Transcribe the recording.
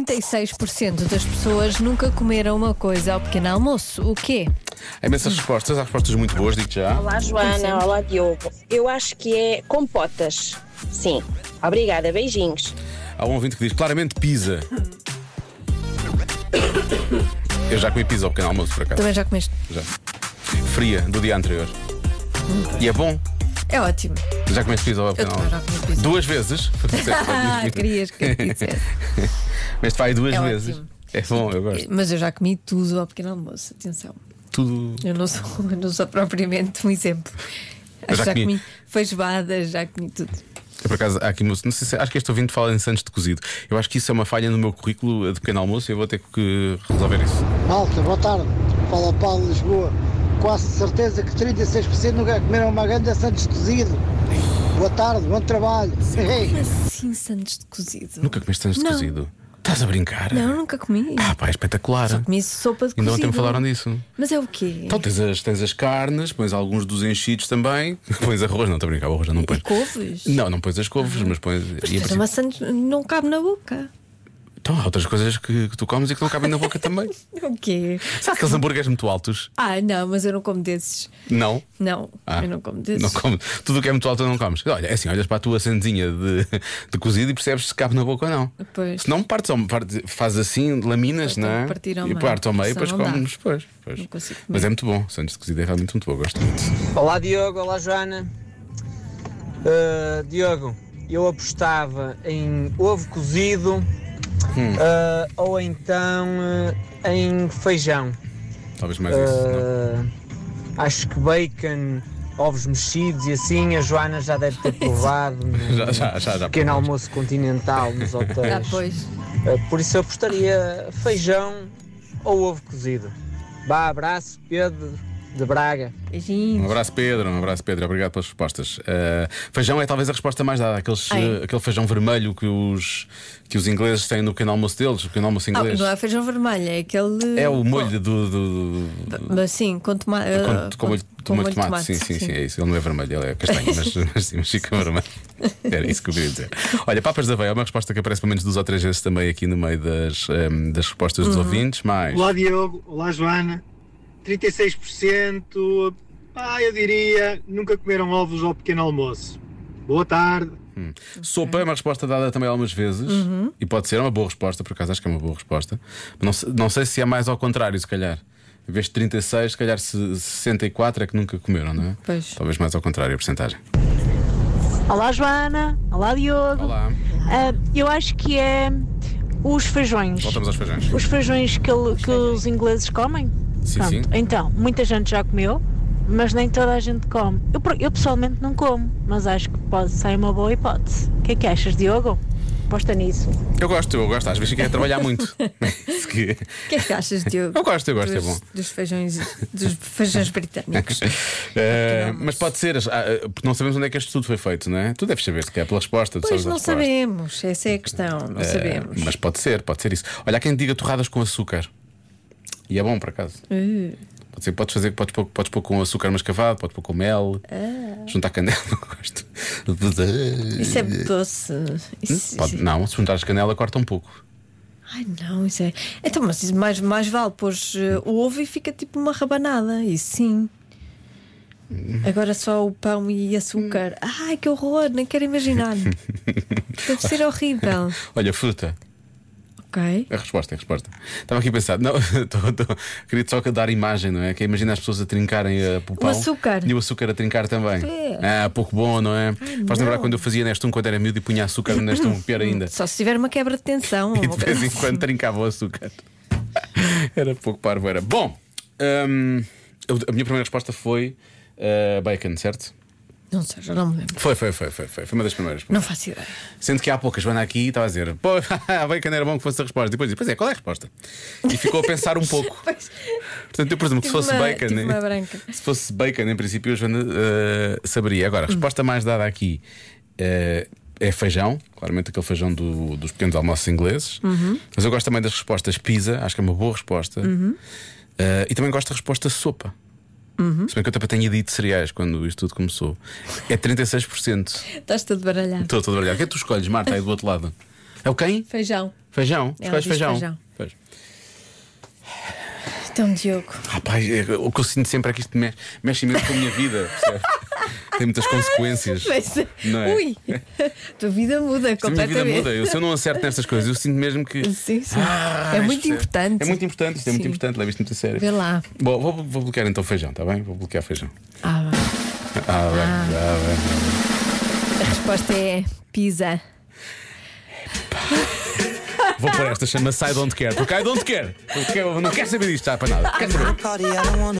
36% das pessoas nunca comeram uma coisa ao pequeno almoço. O quê? Há imensas respostas, há respostas muito boas, digo já. Olá Joana, olá Diogo. Eu acho que é compotas. Sim. Obrigada, beijinhos. Há um ouvinte que diz claramente pizza. Eu já comi pizza ao pequeno almoço, por acaso. Também já comeste? Já. Fria, do dia anterior. E é bom. É ótimo. Já comeste pizza ao pequeno almoço? Já comi pizza. 2 vezes? Querias que eu dissesse. Mas vai 2 É vezes. ótimo. É bom, eu gosto. Mas eu já comi tudo ao pequeno almoço, atenção. Tudo. Eu não sou propriamente um exemplo. Eu já Já comi. comi feijoadas, já comi tudo. Eu, por acaso, há aqui, não sei se, acho que este ouvinte fala em Santos de cozido. Eu acho que isso é uma falha no meu currículo de pequeno almoço e eu vou ter que resolver isso. Malta, boa tarde. Fala Paulo de Lisboa. Quase certeza que 36% nunca comeram uma ganda Santos de cozido. Boa tarde, bom trabalho. Como assim Santos de cozido? Nunca comeste Santos de Não. cozido? Estás a brincar? Não, nunca comi. Pá, é espetacular. Só comi sopa de Ainda cozido. ontem me falaram disso. Mas é o quê? Então tens as carnes, pões alguns dos enchidos também. Pões arroz, não estou a brincar, o arroz já não pões. E couves? Não pões as couves, mas pões. Mas a maçã não cabe na boca. Então há outras coisas que tu comes e que não cabem na boca também. O quê? Sabe aqueles hambúrgueres muito altos? Não, mas eu não como desses. Não. Não, eu não como desses. Não como. Tudo o que é muito alto não comes. Olha, é assim, olhas para a tua sandezinha de cozido e percebes se cabe na boca ou não. Pois. Se não faz assim, laminas, Então, não é? partir ao E meio. parte ao meio e depois Senão não dá. comes. Pois. Não consigo comer. Mas é muito bom. Sandes de cozido é realmente muito bom, gosto muito. Olá Diogo, olá Joana. Diogo, eu apostava em ovo cozido ou então em feijão. Talvez mais isso. Não. Acho que bacon, ovos mexidos e assim a Joana já deve ter provado no Já pequeno almoço continental nos hotéis. Pois. Por isso eu apostaria feijão ou ovo cozido. Vá, abraço, Pedro de Braga. Beijinhos. Um abraço, Pedro. Obrigado pelas respostas. Feijão é talvez a resposta mais dada. Aquele feijão vermelho que os ingleses têm no pequeno almoço deles, o pequeno almoço inglês. Não é feijão vermelho, é aquele. É o molho do. Mas sim, com tomate. Com molho de tomate. Sim, é isso. Ele não é vermelho, ele é castanho, mas fica vermelho. Era isso que eu queria dizer. Olha, papas da aveia é uma resposta que aparece pelo menos 2 ou 3 vezes também aqui no meio das respostas dos ouvintes. Mais. Olá Diogo, olá Joana. 36%, eu diria, nunca comeram ovos ao pequeno almoço. Boa tarde. Sopa é uma resposta dada também algumas vezes e pode ser uma boa resposta, por acaso acho que é uma boa resposta. Não sei se é mais ao contrário, se calhar. Em vez de 36, se calhar 64 é que nunca comeram, não é? Pois. Talvez mais ao contrário a porcentagem. Olá Joana, olá Diogo. Olá. Eu acho que é os feijões. Voltamos aos feijões. Os feijões que os ingleses comem. Sim, Pronto. sim. Então, muita gente já comeu, mas nem toda a gente come. Eu pessoalmente não como, mas acho que pode ser uma boa hipótese. O que é que achas, Diogo? Aposta nisso. Eu gosto, às vezes quero trabalhar muito. O que é que achas, Diogo? Eu gosto, é bom. Dos feijões britânicos. Mas pode ser, porque não sabemos onde é que este estudo foi feito, não é? Tu deves saber, se quer pela resposta. Pois não sabemos, essa é a questão, não sabemos. Mas pode ser isso. Olha, há quem diga torradas com açúcar. E é bom, por acaso. Pode ser, podes pôr com açúcar mascavado, podes pôr com mel, juntar canela, não gosto. Isso é doce. Não, se juntares canela, corta um pouco. Ai não, isso é. Então, mas isso mais vale pôr o ovo e fica tipo uma rabanada. Isso sim. Agora só o pão e açúcar. Ai, que horror, nem quero imaginar. Deve ser horrível. Olha, fruta. Ok. É a resposta. Estava aqui a pensar, não, queria só dar imagem, não é? Que imagina as pessoas a trincarem o pão. O açúcar. E o açúcar a trincar também. Pouco bom, não é? Faz lembrar quando eu fazia Nestum quando era miúdo e punha açúcar no Nestum, pior ainda. Só se tiver uma quebra de tensão. E de vez em quando trincava o açúcar. Era pouco parvo, era. Bom, a minha primeira resposta foi bacon, certo? Não sei, já não me lembro. Foi uma das primeiras. Não faço ideia. Sendo que há pouco a Joana aqui estava a dizer: pô, bacon era bom que fosse a resposta. Depois disse: pois é, qual é a resposta? E ficou a pensar um pouco. Portanto, eu presumo que se fosse bacon, se fosse bacon, em princípio, a Joana saberia. Agora, a resposta mais dada aqui é feijão, claramente aquele feijão dos pequenos almoços ingleses. Mas eu gosto também das respostas pizza, acho que é uma boa resposta. E também gosto da resposta sopa. Se bem que eu também tenho dito cereais quando isto tudo começou. É 36%. Estás todo baralhado. Estou todo baralhado. O que é que tu escolhes, Marta, aí do outro lado? É o quem? Feijão. Feijão? Ela diz feijão. Pois. Então, Diogo. Rapaz, o que eu sinto sempre é que isto mexe imenso com a minha vida, percebe? Tem muitas consequências. Não é? Ui, tua vida muda completamente. A minha vida muda. Se eu não acerto nestas coisas, eu sinto mesmo que. Sim. É muito importante. É muito importante, isto é muito importante, leva isto muito a sério. Vê lá. Bom, vou bloquear então feijão, está bem? Vou bloquear feijão. Bem. A resposta é pizza. Vou pôr esta, chama-se I Don't Care. Porque I Don't Care. Eu não quero saber disto, já para nada. Quero saber.